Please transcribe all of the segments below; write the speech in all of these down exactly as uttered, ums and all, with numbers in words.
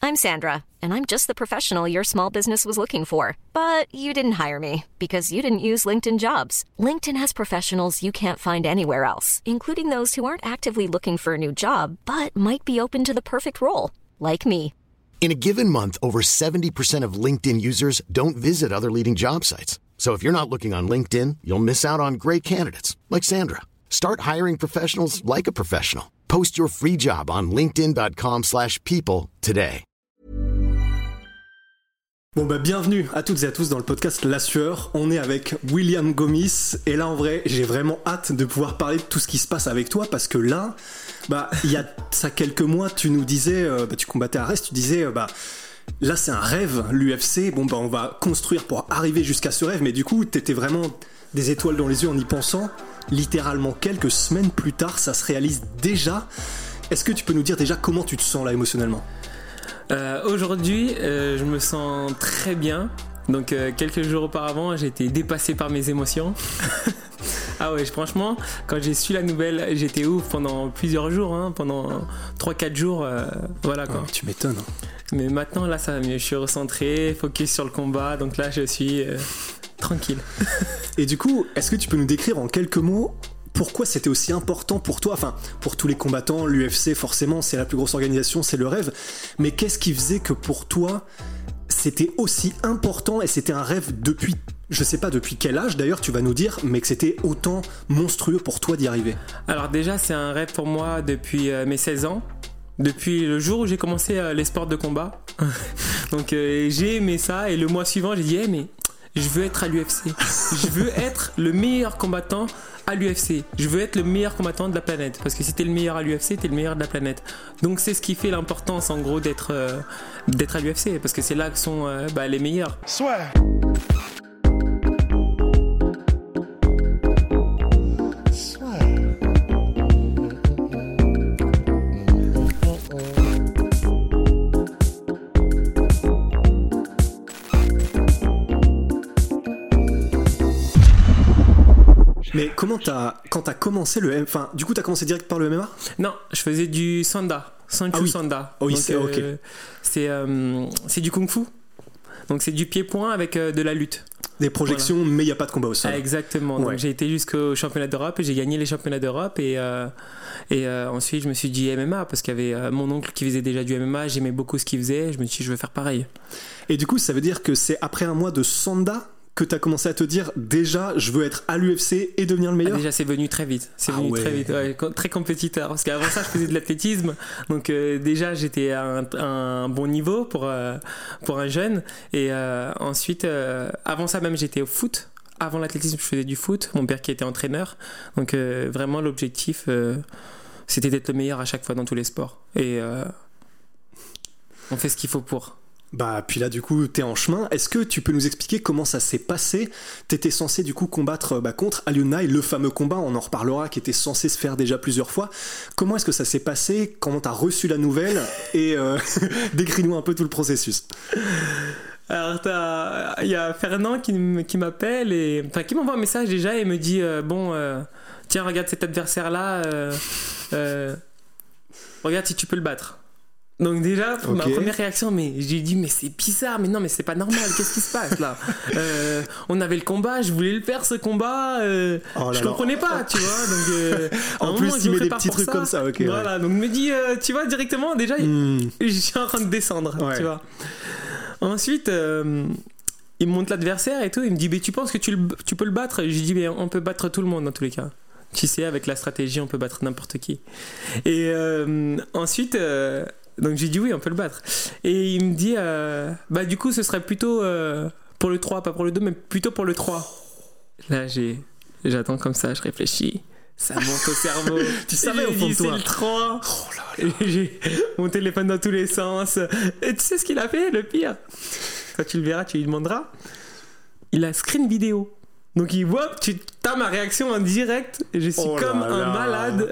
I'm Sandra, and I'm just the professional your small business was looking for. But you didn't hire me because you didn't use LinkedIn Jobs. LinkedIn has professionals you can't find anywhere else, including those who aren't actively looking for a new job, but might be open to the perfect role, like me. In a given month, over seventy percent of LinkedIn users don't visit other leading job sites. So if you're not looking on LinkedIn, you'll miss out on great candidates like Sandra. Start hiring professionals like a professional. Post your free job on linkedin.com slash people today. Bon bah bienvenue à toutes et à tous dans le podcast La Sueur. On est avec William Gomis et là en vrai j'ai vraiment hâte de pouvoir parler de tout ce qui se passe avec toi parce que là, bah il y a ça quelques mois tu nous disais, euh, bah, tu combattais à Arès, tu disais euh, bah là c'est un rêve l'U F C, bon bah on va construire pour arriver jusqu'à ce rêve, mais du coup t'étais vraiment des étoiles dans les yeux en y pensant. Littéralement quelques semaines plus tard ça se réalise déjà. Est-ce que tu peux nous dire déjà comment tu te sens là émotionnellement ? Euh, aujourd'hui, euh, je me sens très bien. Donc, euh, quelques jours auparavant, j'ai été dépassé par mes émotions. Ah ouais, franchement, quand j'ai su la nouvelle, j'étais ouf pendant plusieurs jours, hein, pendant trois quatre jours. Euh, voilà quoi. Oh, tu m'étonnes. Mais maintenant, là, ça va mieux. Je suis recentré, focus sur le combat. Donc là, je suis euh, tranquille. Et du coup, est-ce que tu peux nous décrire en quelques mots pourquoi c'était aussi important pour toi, enfin pour tous les combattants, l'U F C forcément c'est la plus grosse organisation, c'est le rêve, mais qu'est-ce qui faisait que pour toi c'était aussi important et c'était un rêve depuis, je sais pas depuis quel âge d'ailleurs tu vas nous dire, mais que c'était autant monstrueux pour toi d'y arriver ? Alors déjà c'est un rêve pour moi depuis euh, mes seize ans. Depuis le jour où j'ai commencé euh, les sports de combat. Donc euh, j'ai aimé ça et le mois suivant j'ai dit hey, mais je veux être à l'U F C, je veux être le meilleur combattant à l'U F C, je veux être le meilleur combattant de la planète, parce que si t'es le meilleur à l'U F C, t'es le meilleur de la planète. Donc c'est ce qui fait l'importance en gros d'être, euh, d'être à l'U F C, parce que c'est là que sont euh, bah, les meilleurs. Soit. Mais comment t'as, quand t'as commencé le M, enfin, du coup t'as commencé direct par le M M A ? Non, je faisais du Sanda, Sanchu ah oui. Sanda. Oh oui, donc, c'est euh, ok. C'est, euh, c'est du kung-fu. Donc c'est du pied-point avec euh, de la lutte. Des projections, voilà. Mais il n'y a pas de combat au sol. Ah, exactement. Donc ouais. J'ai été jusqu'au championnat d'Europe et j'ai gagné les championnats d'Europe et euh, et euh, ensuite je me suis dit M M A parce qu'il y avait euh, mon oncle qui faisait déjà du M M A. J'aimais beaucoup ce qu'il faisait. Je me suis dit je veux faire pareil. Et du coup ça veut dire que c'est après un mois de Sanda que tu as commencé à te dire déjà je veux être à l'U F C et devenir le meilleur ? Ah, déjà c'est venu très vite, c'est ah venu ouais. très vite, ouais, très compétiteur parce qu'avant ça je faisais de l'athlétisme donc euh, déjà j'étais à un, un bon niveau pour, euh, pour un jeune et euh, ensuite euh, avant ça même j'étais au foot, avant l'athlétisme je faisais du foot, mon père qui était entraîneur donc euh, vraiment l'objectif euh, c'était d'être le meilleur à chaque fois dans tous les sports et euh, on fait ce qu'il faut pour. Bah puis là du coup t'es en chemin. Est-ce que tu peux nous expliquer comment ça s'est passé ? T'étais censé du coup combattre bah, contre Alioune, le fameux combat, on en reparlera, qui était censé se faire déjà plusieurs fois. Comment est-ce que ça s'est passé ? Comment t'as reçu la nouvelle ? Et euh, décris-nous un peu tout le processus. Alors il y a Fernand qui, qui m'appelle et enfin qui m'envoie un message déjà et me dit euh, bon euh, tiens regarde cet adversaire là euh, euh, regarde si tu peux le battre. Donc déjà, okay. Ma première réaction, mais j'ai dit mais c'est bizarre, mais non mais c'est pas normal, qu'est-ce qui se passe là ? euh, On avait le combat, je voulais le faire ce combat, euh, oh je comprenais là. Pas, tu vois. Donc euh, en plus il met des petits trucs ça. Comme ça, ok. Voilà, ouais. donc me dit, euh, tu vois directement déjà, mm. je suis en train de descendre, ouais. Tu vois. Ensuite, euh, il me montre l'adversaire et tout, il me dit mais tu penses que tu, le, tu peux le battre ? J'ai dit mais on peut battre tout le monde dans tous les cas. Tu sais, avec la stratégie, on peut battre n'importe qui. Et euh, ensuite. Euh, Donc j'ai dit oui, on peut le battre. Et il me dit, euh, bah du coup ce serait plutôt euh, pour le trois, pas pour le deux, mais plutôt pour le trois. Là j'ai, j'attends comme ça, je réfléchis, ça monte au cerveau. Tu savais au fond de toi. C'est le trois. Oh là là. Et j'ai mon téléphone dans tous les sens. Et tu sais ce qu'il a fait, le pire ? Quand tu le verras, tu lui demanderas. Il a screen vidéo. Donc il voit, tu as ma réaction en direct, et je suis oh comme un là. malade.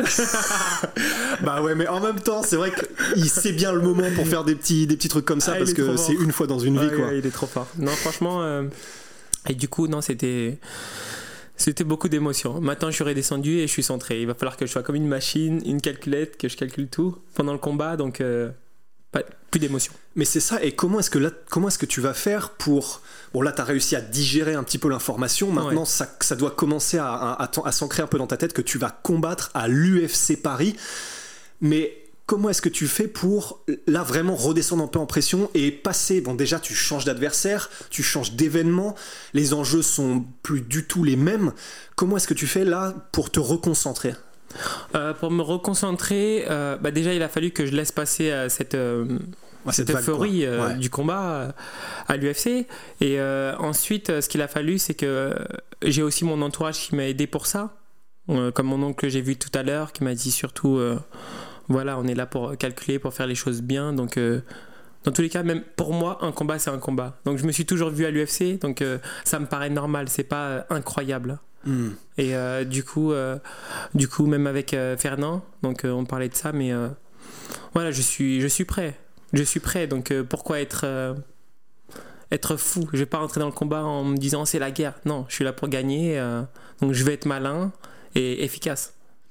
Bah ouais, mais en même temps, c'est vrai qu'il sait bien le moment pour faire des petits, des petits trucs comme ça, ah, parce que c'est une fois dans une vie, ouais, quoi. Ouais, il est trop fort. Non, franchement, euh... et du coup, non, c'était... C'était beaucoup d'émotions. Maintenant, je suis redescendu et je suis centré. Il va falloir que je sois comme une machine, une calculette, que je calcule tout pendant le combat. Donc, euh, plus d'émotion. Mais c'est ça, et comment est-ce que là, comment est-ce que tu vas faire pour... Bon là, tu as réussi à digérer un petit peu l'information, maintenant ouais. ça, ça doit commencer à, à, à, à s'ancrer un peu dans ta tête que tu vas combattre à l'U F C Paris, mais... Comment est-ce que tu fais pour, là, vraiment redescendre un peu en pression et passer... Bon, déjà, tu changes d'adversaire, tu changes d'événement, les enjeux sont plus du tout les mêmes. Comment est-ce que tu fais, là, pour te reconcentrer ? euh, Pour me reconcentrer, euh, bah déjà, il a fallu que je laisse passer euh, cette... Euh... Ouais, cette, cette euphorie euh, ouais. du combat euh, à l'U F C. Et euh, ensuite, euh, ce qu'il a fallu, c'est que euh, j'ai aussi mon entourage qui m'a aidé pour ça. Euh, comme mon oncle que j'ai vu tout à l'heure, qui m'a dit surtout... Euh, Voilà, on est là pour calculer, pour faire les choses bien. Donc, euh, dans tous les cas, même pour moi, un combat, c'est un combat. Donc, je me suis toujours vu à l'U F C. Donc, euh, ça me paraît normal. C'est pas euh, incroyable. Mm. Et euh, du coup, euh, du coup, même avec euh, Fernand, donc euh, on parlait de ça, mais euh, voilà, je suis, je suis prêt. Je suis prêt. Donc, euh, pourquoi être, euh, être fou ? Je vais pas rentrer dans le combat en me disant c'est la guerre. Non, je suis là pour gagner. Euh, donc, je vais être malin et efficace.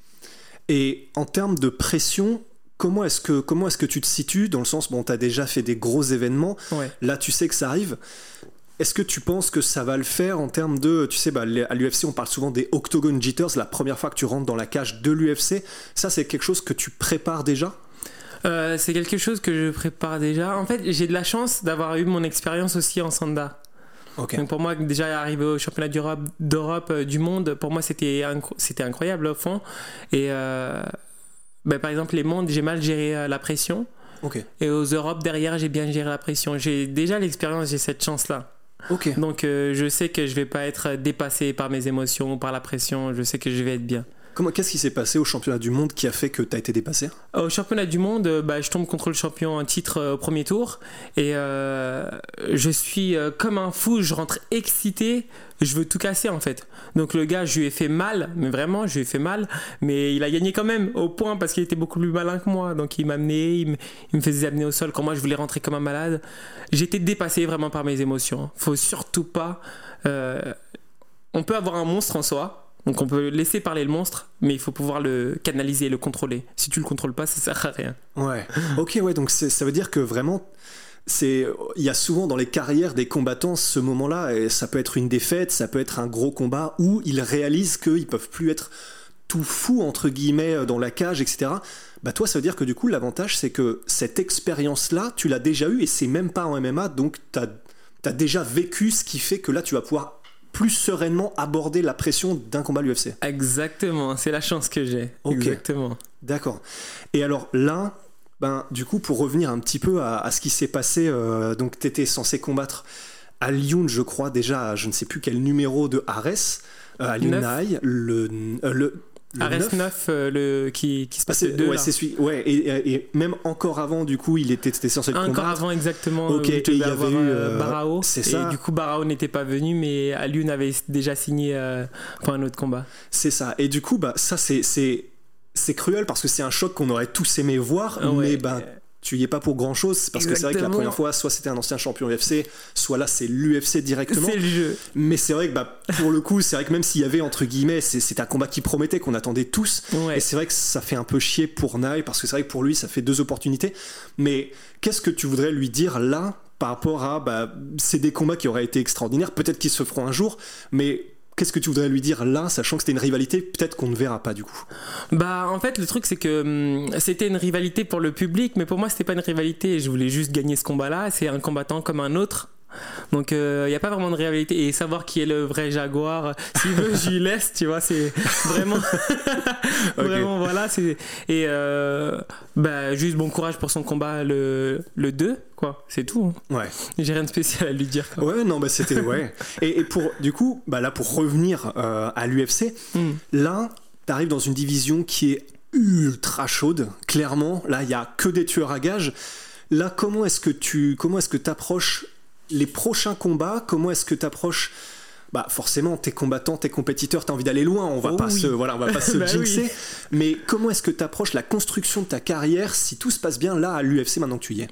Et en termes de pression, comment est-ce que, comment est-ce que tu te situes ? Dans le sens, bon, tu as déjà fait des gros événements, ouais. Là tu sais que ça arrive. Est-ce que tu penses que ça va le faire en termes de... Tu sais, bah, à l'U F C, on parle souvent des Octagon Jitters, la première fois que tu rentres dans la cage de l'U F C. Ça, c'est quelque chose que tu prépares déjà ? euh, C'est quelque chose que je prépare déjà. En fait, j'ai de la chance d'avoir eu mon expérience aussi en Sanda. Okay. Donc pour moi, déjà arriver au championnat d'Europe, d'Europe euh, du monde, pour moi c'était, incro- c'était incroyable au fond. Et euh, bah, par exemple les mondes, j'ai mal géré euh, la pression. Okay. Et aux Europes derrière, j'ai bien géré la pression. J'ai déjà l'expérience, j'ai cette chance-là. Okay. Donc euh, je sais que je vais pas être dépassé par mes émotions ou par la pression. Je sais que je vais être bien. Comment, qu'est-ce qui s'est passé au championnat du monde qui a fait que tu as été dépassé ? Au championnat du monde, bah, je tombe contre le champion en titre euh, au premier tour et euh, je suis euh, comme un fou, je rentre excité, je veux tout casser en fait. Donc le gars, je lui ai fait mal, mais vraiment, je lui ai fait mal, mais il a gagné quand même au point parce qu'il était beaucoup plus malin que moi. Donc il m'a amené, il me, il me faisait amener au sol quand moi je voulais rentrer comme un malade. J'étais dépassé vraiment par mes émotions. Faut surtout pas... Euh, on peut avoir un monstre en soi. Donc on peut laisser parler le monstre, mais il faut pouvoir le canaliser, le contrôler. Si tu le contrôles pas, ça sert à rien. Ouais. Ok, ouais. Donc c'est, ça veut dire que vraiment, c'est, il y a souvent dans les carrières des combattants ce moment-là, et ça peut être une défaite, ça peut être un gros combat où ils réalisent qu'ils peuvent plus être tout fous entre guillemets dans la cage, et cetera. Bah toi, ça veut dire que du coup, l'avantage, c'est que cette expérience-là, tu l'as déjà eue et c'est même pas en M M A, donc t'as, t'as déjà vécu ce qui fait que là, tu vas pouvoir plus sereinement aborder la pression d'un combat à l'U F C. Exactement, c'est la chance que j'ai. Okay. Exactement. D'accord. Et alors là, ben, du coup, pour revenir un petit peu à, à ce qui s'est passé, euh, donc tu étais censé combattre à Lyon, je crois, déjà, je ne sais plus quel numéro de Ares, euh, à Lyonnais, le... Euh, le Ares neuf, euh, le, qui, qui se passe ah, le deux. Ouais, c'est celui, ouais et, et, et même encore avant, du coup, il était, était censé le combattre. Encore avant, exactement. Ok, et il y avait eu euh, Barao. C'est et ça. Du coup, Barao n'était pas venu, mais Alioune avait déjà signé euh, pour un autre combat. C'est ça. Et du coup, bah, ça, c'est, c'est, c'est cruel parce que c'est un choc qu'on aurait tous aimé voir, ah, ouais. mais bah, tu y es pas pour grand chose parce Exactement. Que c'est vrai que la première fois, soit c'était un ancien champion U F C, soit là c'est l'U F C directement. C'est le jeu. Mais c'est vrai que bah, pour le coup, c'est vrai que même s'il y avait entre guillemets, c'est, c'était un combat qui promettait, qu'on attendait tous. Ouais. Et c'est vrai que ça fait un peu chier pour Naï parce que c'est vrai que pour lui, ça fait deux opportunités. Mais qu'est-ce que tu voudrais lui dire là par rapport à bah, c'est des combats qui auraient été extraordinaires, peut-être qu'ils se feront un jour, mais qu'est-ce que tu voudrais lui dire là, sachant que c'était une rivalité peut-être qu'on ne verra pas du coup ? Bah en fait le truc c'est que hum, c'était une rivalité pour le public, mais pour moi c'était pas une rivalité, je voulais juste gagner ce combat-là, c'est un combattant comme un autre. Donc il euh, n'y a pas vraiment de rivalité et savoir qui est le vrai Jaguar, s'il veut je lui laisse, tu vois, c'est vraiment vraiment okay. Voilà, c'est et euh, bah juste bon courage pour son combat le le deux quoi, c'est tout. Hein. Ouais. J'ai rien de spécial à lui dire quoi. Ouais, non bah c'était ouais. et, et pour du coup, bah là pour revenir euh, à l'U F C, mm. là t'arrives dans une division qui est ultra chaude, clairement, là il y a que des tueurs à gages. Là comment est-ce que tu comment est-ce que t'approches les prochains combats, comment est-ce que tu approches bah forcément t'es combattant, t'es compétiteur, t'as envie d'aller loin, on va oh pas oui. se voilà, on va pas se bah jinxer, oui. mais comment est-ce que tu approches la construction de ta carrière si tout se passe bien là à l'U F C maintenant que tu y es?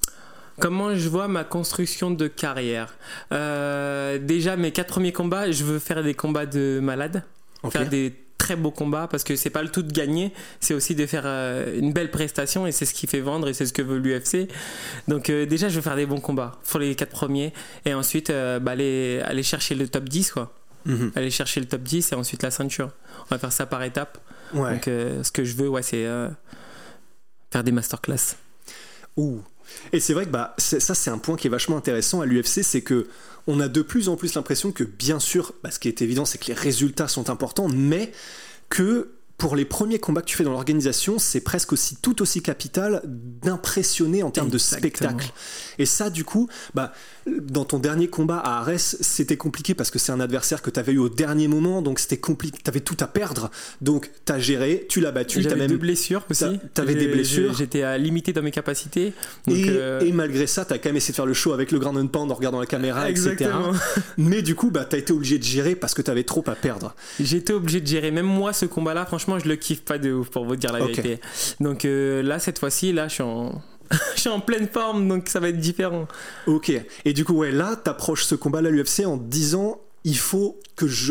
Comment je vois ma construction de carrière? euh, Déjà mes quatre premiers combats, je veux faire des combats de malade, okay. faire des très beaux combats, parce que c'est pas le tout de gagner, c'est aussi de faire euh, une belle prestation, et c'est ce qui fait vendre, et c'est ce que veut l'U F C. Donc euh, déjà je veux faire des bons combats pour les quatre premiers, et ensuite euh, bah, aller, aller chercher le top dix, quoi. Mm-hmm. Aller chercher le top dix et ensuite la ceinture. On va faire ça par étapes. Ouais. Donc euh, ce que je veux, ouais, c'est euh, faire des masterclass. Ouh. Et c'est vrai que bah, c'est, ça c'est un point qui est vachement intéressant à l'U F C, c'est que on a de plus en plus l'impression que, bien sûr, bah, ce qui est évident, c'est que les résultats sont importants, mais que pour les premiers combats que tu fais dans l'organisation, c'est presque aussi, tout aussi capital d'impressionner en termes Exactement. de spectacle. Et ça, du coup, bah, dans ton dernier combat à Arès, c'était compliqué parce que c'est un adversaire que tu avais eu au dernier moment, donc c'était compliqué, tu avais tout à perdre. Donc tu as géré, tu l'as battu. J'avais t'as même... deux blessures aussi. Tu avais des blessures. J'étais limité dans mes capacités. Donc et, euh... et malgré ça, tu as quand même essayé de faire le show avec le ground and pound en regardant la caméra, Exactement. et cetera. Mais du coup, bah, tu as été obligé de gérer parce que tu avais trop à perdre. J'étais obligé de gérer. Même moi, ce combat-là, franchement, je le kiffe pas de ouf, pour vous dire la okay. vérité. Donc euh, là, cette fois-ci, là, je suis en... je suis en pleine forme, donc ça va être différent. Ok. Et du coup, ouais, là, t'approches ce combat-là à l'U F C en te disant, il faut que je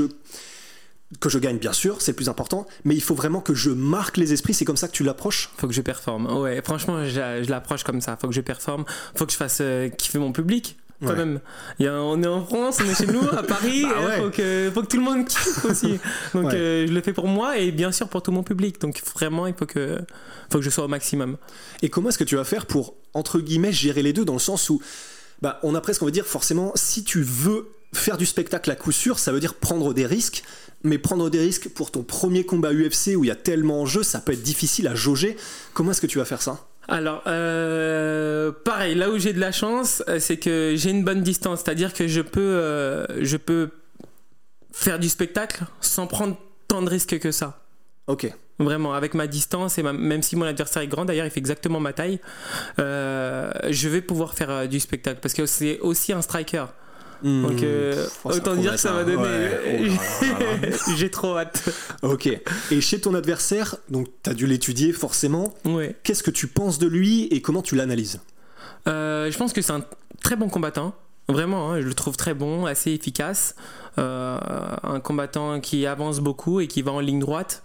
que je gagne, bien sûr, c'est le plus important, mais il faut vraiment que je marque les esprits. C'est comme ça que tu l'approches ? Faut que je performe. Ouais, franchement, je, je l'approche comme ça. Faut que je performe. Faut que je fasse euh, kiffer mon public. Quand ouais. même. Il y a, on est en France, on est chez nous, à Paris. bah ouais. faut, que, faut que tout le monde kiffe aussi. Donc ouais. euh, je le fais pour moi et bien sûr pour tout mon public. Donc vraiment, il faut que, faut que je sois au maximum. Et comment est-ce que tu vas faire pour, entre guillemets, gérer les deux, dans le sens où bah, on a presque, on va dire, forcément, si tu veux faire du spectacle à coup sûr, ça veut dire prendre des risques. Mais prendre des risques pour ton premier combat U F C où il y a tellement en jeu, ça peut être difficile à jauger. Comment est-ce que tu vas faire ça ? Alors, euh, pareil, là où j'ai de la chance, c'est que j'ai une bonne distance. C'est-à-dire que je peux, euh, je peux faire du spectacle sans prendre tant de risques que ça. Ok. Vraiment, avec ma distance, et ma, même si mon adversaire est grand, d'ailleurs, il fait exactement ma taille, euh, je vais pouvoir faire euh, du spectacle. Parce que c'est aussi un striker. Mmh. Donc euh, oh, autant dire que ça va donner ouais. oh là là là. J'ai trop hâte. Ok. Et chez ton adversaire, donc t'as dû l'étudier forcément, ouais. Qu'est-ce que tu penses de lui et comment tu l'analyses ? euh, Je pense que c'est un très bon combattant. Vraiment, hein, je le trouve très bon, assez efficace, euh, un combattant qui avance beaucoup et qui va en ligne droite.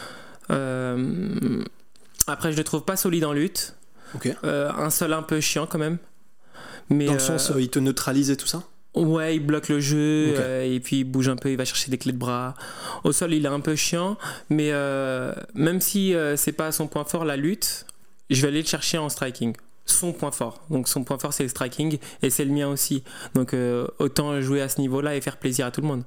euh, Après je le trouve pas solide en lutte, okay. euh, un sol un peu chiant quand même. Mais, dans le euh, sens euh, il te neutralise et tout ça ? Ouais, il bloque le jeu, okay. euh, et puis il bouge un peu, il va chercher des clés de bras. Au sol, il est un peu chiant, mais euh, même si euh, c'est pas son point fort, la lutte, je vais aller le chercher en striking. Son point fort. Donc son point fort, c'est le striking, et c'est le mien aussi. Donc euh, autant jouer à ce niveau-là et faire plaisir à tout le monde.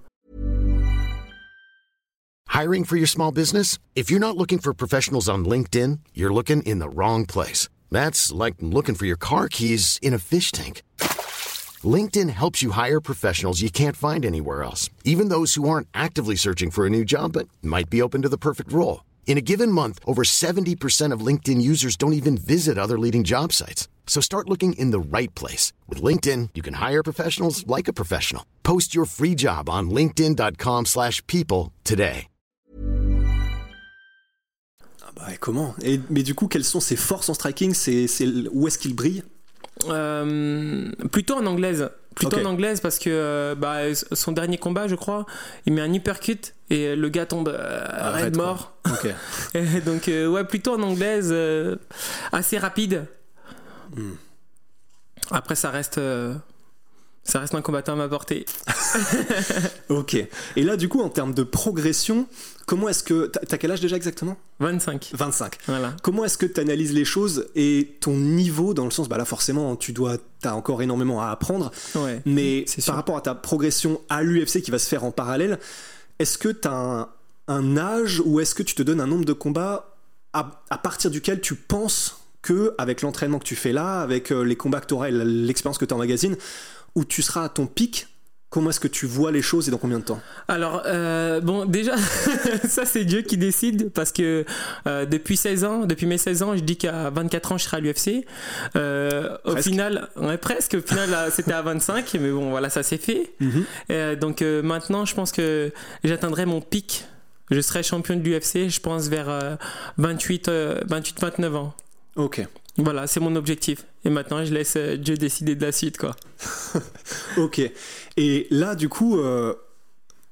Hiring for your small business? If you're not looking for professionals on LinkedIn, you're looking in the wrong place. That's like looking for your car keys in a fish tank. LinkedIn helps you hire professionals you can't find anywhere else, even those who aren't actively searching for a new job but might be open to the perfect role. In a given month, over seventy percent of LinkedIn users don't even visit other leading job sites. So start looking in the right place. With LinkedIn, you can hire professionals like a professional. Post your free job on linkedin dot com slash people today. Ah bah et comment et, Mais du coup, quelles sont ses forces en striking ? c'est, c'est, Où est-ce qu'il brille ? Euh, plutôt en anglaise, plutôt okay. en anglaise parce que euh, bah, son dernier combat, je crois, il met un uppercut et le gars tombe euh, raide mort. Okay. Et donc euh, ouais, plutôt en anglaise, euh, assez rapide. Mm. Après, ça reste, euh, ça reste un combattant à ma portée. Ok. Et là, du coup, en termes de progression, comment est-ce que... T'as quel âge déjà exactement ? vingt-cinq. vingt-cinq. Voilà. Comment est-ce que tu analyses les choses et ton niveau, dans le sens, bah là forcément, tu dois, t'as encore énormément à apprendre, ouais, mais par sûr. rapport à ta progression à l'U F C qui va se faire en parallèle, est-ce que tu as un, un âge ou est-ce que tu te donnes un nombre de combats à, à partir duquel tu penses que, avec l'entraînement que tu fais là, avec les combats que tu auras et l'expérience que tu emmagasines, où tu seras à ton pic? Comment est-ce que tu vois les choses et dans combien de temps? Alors, euh, bon, déjà, ça c'est Dieu qui décide parce que euh, depuis seize ans, depuis mes seize ans, je dis qu'à vingt-quatre ans, je serai à l'U F C. Euh, au final, ouais, presque, au final, là, c'était à vingt-cinq, mais bon, voilà, ça s'est fait. Mm-hmm. Euh, donc euh, maintenant, je pense que j'atteindrai mon pic. Je serai champion de l'U F C, je pense, vers euh, vingt-huit vingt-neuf ans. Ok. Voilà, c'est mon objectif. Et maintenant, je laisse Dieu décider de la suite, quoi. Ok. Et là, du coup, euh,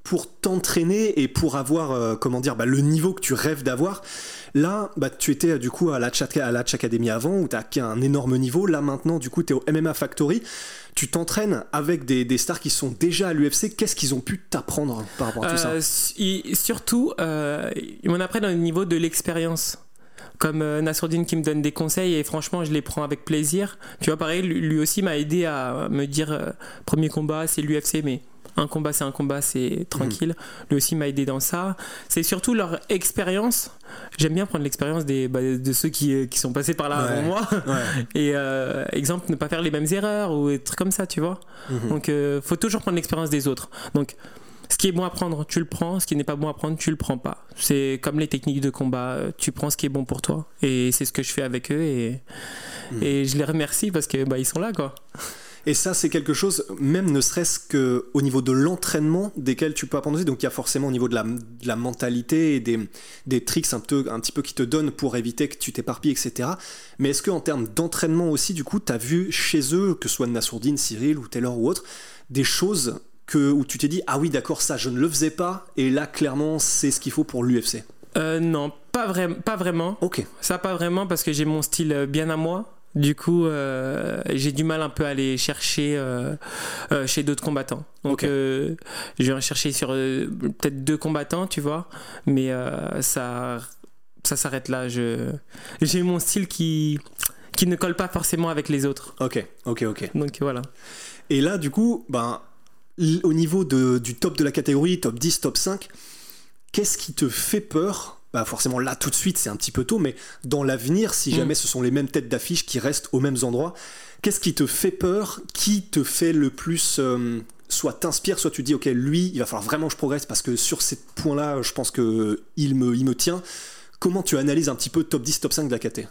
pour t'entraîner et pour avoir, euh, comment dire, bah, le niveau que tu rêves d'avoir. Là, bah, tu étais du coup à la Latch à la Latch Academy avant, où tu as acquis un énorme niveau. Là, maintenant, du coup, tu es au M M A Factory. Tu t'entraînes avec des, des stars qui sont déjà à l'U F C. Qu'est-ce qu'ils ont pu t'apprendre par rapport à tout euh, ça? il, Surtout, euh, ils m'en apprennent au niveau de l'expérience. Comme euh, Nassourdine qui me donne des conseils, et franchement, je les prends avec plaisir. Tu vois, pareil, lui aussi m'a aidé à me dire euh, premier combat, c'est l'U F C, mais un combat, c'est un combat, c'est tranquille. Mmh. Lui aussi m'a aidé dans ça. C'est surtout leur expérience. J'aime bien prendre l'expérience des, bah, de ceux qui, qui sont passés par là ouais. avant moi. Ouais. Et euh, exemple, ne pas faire les mêmes erreurs ou des trucs comme ça, tu vois. Mmh. Donc, euh, faut toujours prendre l'expérience des autres. Donc, ce qui est bon à prendre, tu le prends. Ce qui n'est pas bon à prendre, tu le prends pas. C'est comme les techniques de combat. Tu prends ce qui est bon pour toi. Et c'est ce que je fais avec eux. Et, mmh. et je les remercie parce que bah, ils sont là, quoi. Et ça, c'est quelque chose, même ne serait-ce qu'au niveau de l'entraînement, desquels tu peux apprendre aussi. Donc, il y a forcément au niveau de la, de la mentalité et des, des tricks un, peu, un petit peu qui te donnent pour éviter que tu t'éparpilles, et cetera. Mais est-ce qu'en termes d'entraînement aussi, du coup, tu as vu chez eux, que ce soit Nassourdine, Cyril ou Taylor ou autre, des choses que, où tu t'es dit, ah oui, d'accord, ça, je ne le faisais pas. Et là, clairement, c'est ce qu'il faut pour l'U F C. Euh, non, pas, vra- pas vraiment. Ok. Ça, pas vraiment, parce que j'ai mon style bien à moi. Du coup, euh, j'ai du mal un peu à aller chercher euh, euh, chez d'autres combattants. Donc, okay. euh, je vais chercher sur euh, peut-être deux combattants, tu vois. Mais euh, ça, ça s'arrête là. Je, j'ai mon style qui, qui ne colle pas forcément avec les autres. Ok, ok, ok. Donc, voilà. Et là, du coup, ben, au niveau de, du top de la catégorie, top dix, top cinq, qu'est-ce qui te fait peur ? Bah forcément là tout de suite c'est un petit peu tôt, mais dans l'avenir, si jamais mmh. ce sont les mêmes têtes d'affiche qui restent aux mêmes endroits, qu'est-ce qui te fait peur? Qui te fait le plus euh, soit t'inspire, soit tu dis ok, lui il va falloir vraiment que je progresse parce que sur ces points là je pense qu'il me, il me tient. Comment tu analyses un petit peu top dix, top cinq de la K T?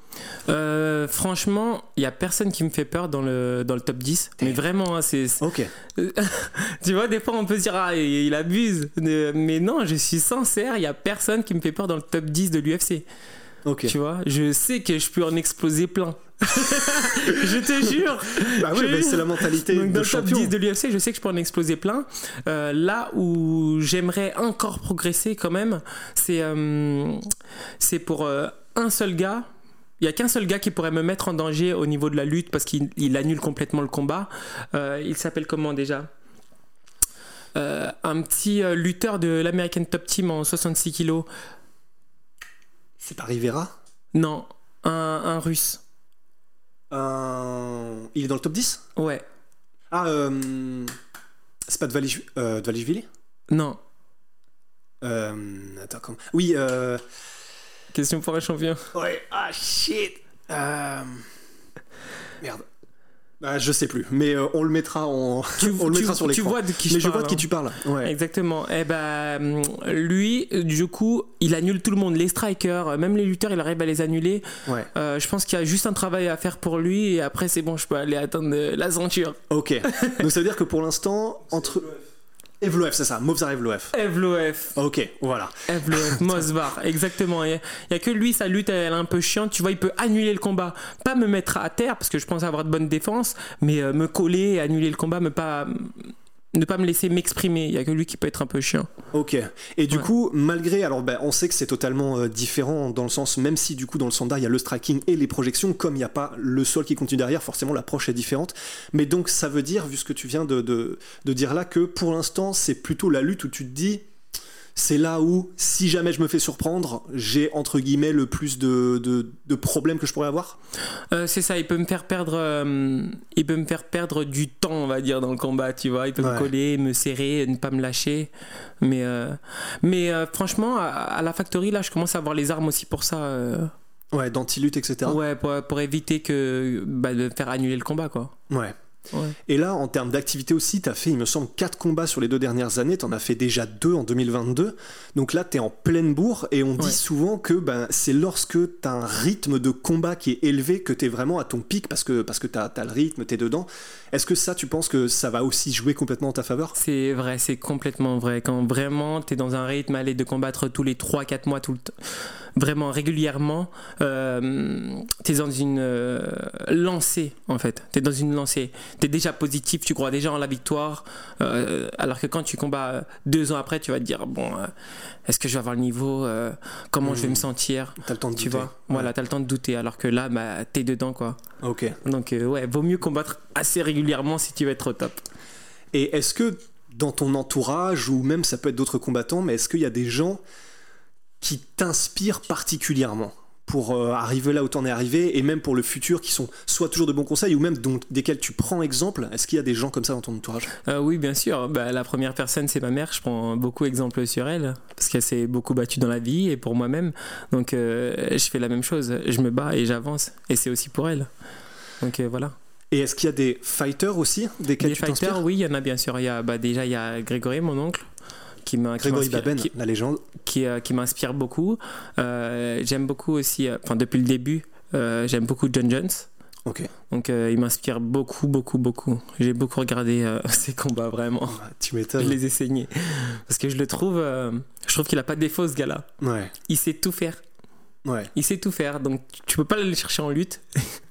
Euh, franchement, il n'y a personne qui me fait peur dans le, dans le top dix. Mais vraiment, hein, c'est, c'est... Ok. Tu vois, des fois, on peut se dire, ah, il, il abuse. Mais non, je suis sincère, il n'y a personne qui me fait peur dans le top dix de l'U F C. Ok. Tu vois, je sais que je peux en exploser plein. Je te jure. Bah oui, bah c'est la mentalité. Donc, de dans le champion. top dix de l'U F C, je sais que je peux en exploser plein. Euh, là où j'aimerais encore progresser quand même, c'est, euh, c'est pour euh, un seul gars. Il n'y a qu'un seul gars qui pourrait me mettre en danger au niveau de la lutte parce qu'il il annule complètement le combat. Euh, il s'appelle comment déjà ? euh, Un petit euh, lutteur de l'American Top Team en soixante-six kilos. C'est pas Rivera ? Non, un, un russe. Euh... Il est dans le top dix ? Ouais. Ah, euh... c'est pas Dvalishvili euh, Dvalishvili ? Non. Euh... Attends, comment... Oui, euh... Question pour un champion. Ouais, ah shit. Euh... Merde. Bah, je sais plus, mais euh, on le mettra en, tu, on le tu, mettra sur l'écran. Tu vois de qui je mais parle, je vois de qui hein. tu parles. Ouais. Exactement. Et eh ben, lui, du coup, il annule tout le monde, les strikers, même les lutteurs, il arrive à les annuler. Ouais. Euh, je pense qu'il y a juste un travail à faire pour lui, et après c'est bon, je peux aller atteindre la ceinture. Ok. Donc ça veut dire que pour l'instant, entre Evloef, c'est ça, Movsar Evloef. Evloef. Ok, voilà. Evloef, Movsar, exactement. Il n'y a que lui, sa lutte, elle est un peu chiante. Tu vois, il peut annuler le combat. Pas me mettre à terre, parce que je pense avoir de bonnes défenses, mais euh, me coller, annuler le combat, me pas, ne pas me laisser m'exprimer. Il n'y a que lui qui peut être un peu chiant. Ok. Et du ouais. coup, malgré... Alors, ben, on sait que c'est totalement euh, différent dans le sens, même si du coup, dans le standard, il y a le striking et les projections, comme il n'y a pas le sol qui continue derrière, forcément, l'approche est différente. Mais donc, ça veut dire, vu ce que tu viens de, de, de dire là, que pour l'instant, c'est plutôt la lutte où tu te dis... C'est là où, si jamais je me fais surprendre, j'ai entre guillemets le plus de, de, de problèmes que je pourrais avoir. Euh, c'est ça, il peut me faire perdre, euh, il peut me faire perdre du temps, on va dire, dans le combat, tu vois. Il peut ouais. me coller, me serrer, ne pas me lâcher. Mais, euh, mais euh, franchement, à, à la Factory, là, je commence à avoir les armes aussi pour ça. Euh... Ouais, d'anti-lutte, et cetera. Ouais, pour, pour éviter que, bah, de faire annuler le combat, quoi. Ouais. Ouais. Et là, en termes d'activité aussi, tu as fait, il me semble, quatre combats sur les deux dernières années. Tu en as fait déjà deux en deux mille vingt-deux. Donc là, tu es en pleine bourre. Et on dit ouais. souvent que ben, c'est lorsque tu as un rythme de combat qui est élevé que tu es vraiment à ton pic parce que, parce que tu as le rythme, tu es dedans. Est-ce que ça, tu penses que ça va aussi jouer complètement en ta faveur ? C'est vrai, c'est complètement vrai. Quand vraiment tu es dans un rythme, aller de combattre tous les trois quatre mois, tout le temps. vraiment régulièrement, euh, tu es dans une euh, lancée en fait. Tu es dans une lancée. Tu es déjà positif, tu crois déjà en la victoire. Euh, alors que quand tu combats deux ans après, tu vas te dire bon, euh, est-ce que je vais avoir le niveau euh, Comment mmh. je vais me sentir T'as le temps de tu douter. Vois ouais. Voilà, tu as le temps de douter. Alors que là, bah, tu es dedans quoi. Ok. Donc, euh, ouais, vaut mieux combattre assez régulièrement si tu veux être au top. Et est-ce que dans ton entourage, ou même ça peut être d'autres combattants, mais est-ce qu'il y a des gens qui t'inspirent particulièrement pour euh, arriver là où t'en es arrivé, et même pour le futur, qui sont soit toujours de bons conseils, ou même dont, desquels tu prends exemple? Est-ce qu'il y a des gens comme ça dans ton entourage? euh, Oui, bien sûr. Bah, la première personne, c'est ma mère. Je prends beaucoup exemple sur elle, parce qu'elle s'est beaucoup battue dans la vie, et pour moi-même. Donc, euh, je fais la même chose. Je me bats et j'avance. Et c'est aussi pour elle. Donc, euh, voilà. Et est-ce qu'il y a des fighters aussi, desquels des tu t'inspires? Fighters, oui, il y en a bien sûr. Il y a, bah, déjà, il y a Grégory, mon oncle. Qui Grégory Baben, qui, la légende. Qui, euh, qui m'inspire beaucoup. Euh, j'aime beaucoup aussi, enfin euh, depuis le début, euh, j'aime beaucoup John Jones. Ok. Donc euh, il m'inspire beaucoup, beaucoup, beaucoup. J'ai beaucoup regardé euh, ses combats, vraiment. Ah, tu m'étonnes. Je les ai saignés. Parce que je le trouve, euh, je trouve qu'il a pas de défaut, ce gars-là. Ouais. Il sait tout faire. Ouais. Il sait tout faire. Donc tu peux pas aller le chercher en lutte.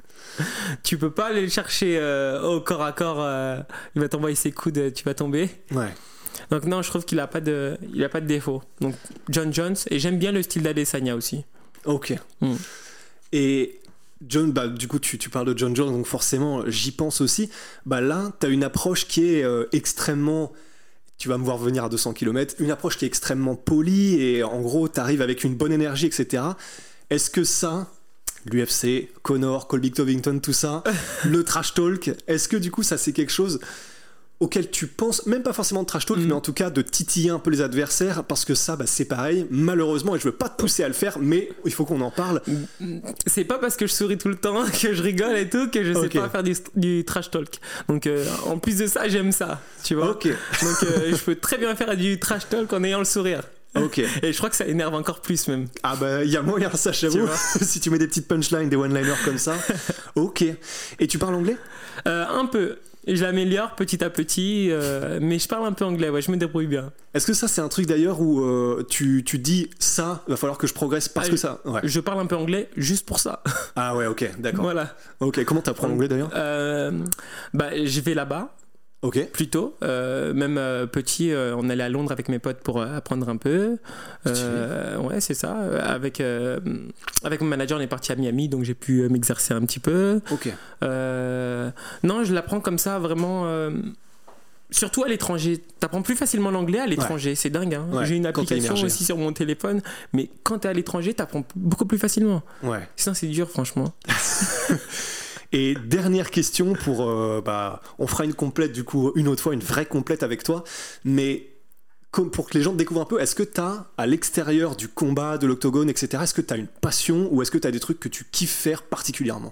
Tu peux pas aller le chercher euh, au corps à corps. Euh, il va t'envoyer ses coudes, tu vas tomber. Ouais. Donc non, je trouve qu'il a pas de, il a pas de défaut. Donc John Jones, et j'aime bien le style d'Adesanya aussi. Ok. Mm. Et John, bah du coup tu, tu parles de John Jones, donc forcément j'y pense aussi. Bah là, t'as une approche qui est euh, extrêmement, tu vas me voir venir à deux cents kilomètres, une approche qui est extrêmement polie, et en gros t'arrives avec une bonne énergie, et cetera. Est-ce que ça, l'U F C, Conor, Colby Covington, tout ça, le trash talk, est-ce que du coup ça c'est quelque chose auquel tu penses, même pas forcément de trash talk, mmh. mais en tout cas de titiller un peu les adversaires, parce que ça, bah, c'est pareil, malheureusement, et je veux pas te pousser à le faire, mais il faut qu'on en parle. C'est pas parce que je souris tout le temps, que je rigole et tout, que je sais okay. pas faire du, du trash talk. Donc euh, en plus de ça, j'aime ça, tu vois. Okay. Donc euh, je peux très bien faire du trash talk en ayant le sourire. Ok. Et je crois que ça énerve encore plus même. Ah bah il y a moyen, ça j'avoue. Si tu mets des petites punchlines, des one-liners comme ça. Ok. Et tu parles anglais? euh, Un peu. Je l'améliore petit à petit, euh, mais je parle un peu anglais, ouais, je me débrouille bien. Est-ce que ça c'est un truc d'ailleurs où euh, tu, tu dis ça, il va falloir que je progresse parce ah, que ça ouais. Je parle un peu anglais juste pour ça. Ah ouais, ok, d'accord. Voilà. Ok, comment t'apprends l'anglais d'ailleurs? euh, bah, Je vais là-bas. Ok. Plus tôt, euh, même euh, petit, euh, on allait à Londres avec mes potes pour euh, apprendre un peu. Euh, ouais, c'est ça. Avec, euh, avec mon manager, on est parti à Miami, donc j'ai pu euh, m'exercer un petit peu. Ok. Euh, non, je l'apprends comme ça, vraiment. Euh, surtout à l'étranger. T'apprends plus facilement l'anglais à l'étranger, ouais. C'est dingue. Hein. Ouais, j'ai une application aussi sur mon téléphone, mais quand t'es à l'étranger, t'apprends beaucoup plus facilement. Ouais. Sinon, c'est dur, franchement. Et dernière question pour, euh, bah, on fera une complète du coup une autre fois, une vraie complète avec toi, mais comme pour que les gens te découvrent un peu, est-ce que t'as à l'extérieur du combat, de l'octogone, et cetera, est-ce que t'as une passion ou est-ce que t'as des trucs que tu kiffes faire particulièrement?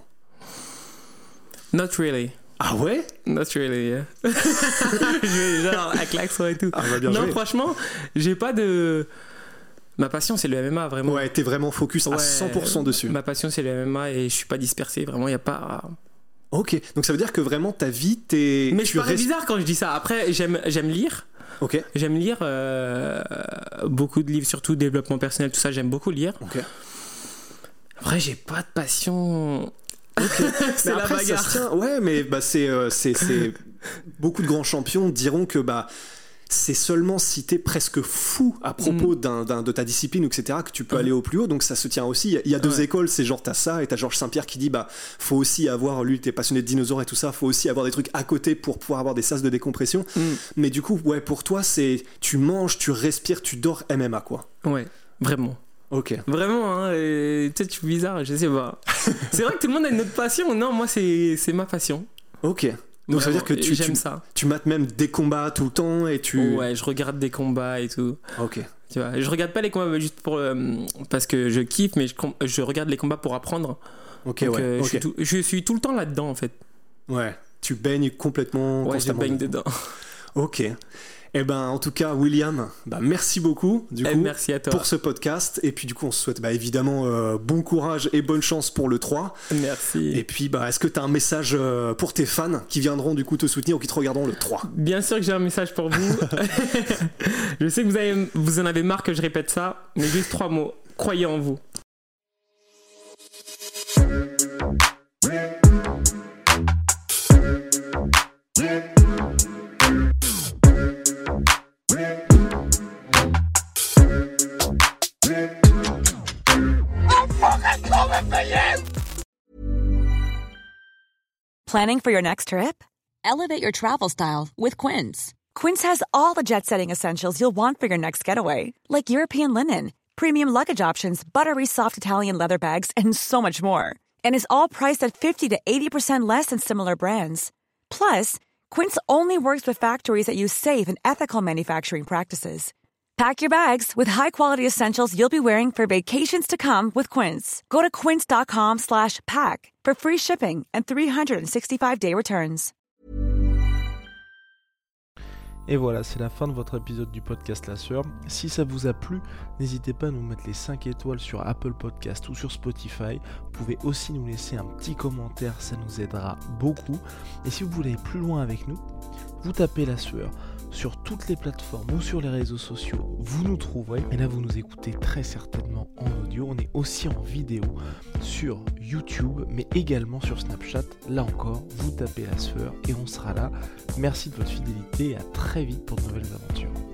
Not really. Ah ouais? Not really, yeah. Je vais genre à klaxon et tout. Ah, bah bien non, joué. Franchement, j'ai pas de... Ma passion, c'est le M M A, vraiment. Ouais, t'es vraiment focus à ouais, cent pour cent dessus. Ma passion, c'est le M M A et je suis pas dispersé. Vraiment, il n'y a pas... Ok, donc ça veut dire que vraiment ta vie, t'es... Mais je parais restes... bizarre quand je dis ça. Après, j'aime, j'aime lire. Ok. J'aime lire euh, beaucoup de livres, surtout développement personnel, tout ça, j'aime beaucoup lire. Ok. Après, j'ai pas de passion... Okay. C'est la après, bagarre. Ça se tient. Ouais, mais bah, c'est, euh, c'est, c'est... beaucoup de grands champions diront que... bah c'est seulement si t'es presque fou à propos mmh. d'un, d'un, de ta discipline, et cetera, que tu peux mmh. aller au plus haut. Donc ça se tient aussi. Il y a deux ouais. écoles, c'est genre t'as ça et t'as Georges Saint-Pierre qui dit bah faut aussi avoir, lui t'es passionné de dinosaures et tout ça, faut aussi avoir des trucs à côté pour pouvoir avoir des sas de décompression. Mmh. Mais du coup, ouais, pour toi, c'est tu manges, tu respires, tu dors M M A quoi. Ouais, vraiment. Ok. Vraiment, hein, peut-être je suis bizarre, je sais pas. C'est vrai que tout le monde a une autre passion. Non, moi c'est, c'est ma passion. Ok. Donc ça veut dire que tu, j'aime tu, ça. Tu mates même des combats tout le temps et tu... Ouais, je regarde des combats et tout. Ok. Tu vois, je regarde pas les combats juste pour, euh, parce que je kiffe, mais je, je regarde les combats pour apprendre. Ok, donc, ouais. Euh, okay. je, suis tout, je suis tout le temps là-dedans en fait. Ouais, tu baignes complètement... Ouais, je baigne dedans. Ok. Eh ben, en tout cas, William, bah, merci beaucoup du coup, eh, merci à toi. pour ce podcast. Et puis du coup, on se souhaite bah, évidemment euh, bon courage et bonne chance pour le trois. Merci. Et puis, bah, est-ce que tu as un message euh, pour tes fans qui viendront du coup te soutenir ou qui te regarderont le trois? Bien sûr que j'ai un message pour vous. Je sais que vous, avez, vous en avez marre que je répète ça, mais juste trois mots. Croyez en vous. Planning for your next trip? Elevate your travel style with Quince. Quince has all the jet-setting essentials you'll want for your next getaway, like European linen, premium luggage options, buttery soft Italian leather bags, and so much more. And is all priced at fifty to eighty percent less than similar brands. Plus, Quince only works with factories that use safe and ethical manufacturing practices. Pack your bags with high-quality essentials you'll be wearing for vacations to come with Quince. Go to quince.com slash pack for free shipping and three sixty-five day returns. Et voilà, c'est la fin de votre épisode du podcast La Sueur. Si ça vous a plu, n'hésitez pas à nous mettre les cinq étoiles sur Apple Podcast ou sur Spotify. Vous pouvez aussi nous laisser un petit commentaire, ça nous aidera beaucoup. Et si vous voulez aller plus loin avec nous, vous tapez La Sueur sur toutes les plateformes ou sur les réseaux sociaux, vous nous trouverez. Et là, vous nous écoutez très certainement en audio. On est aussi en vidéo sur YouTube, mais également sur Snapchat. Là encore, vous tapez La Sueur et on sera là. Merci de votre fidélité et à très vite pour de nouvelles aventures.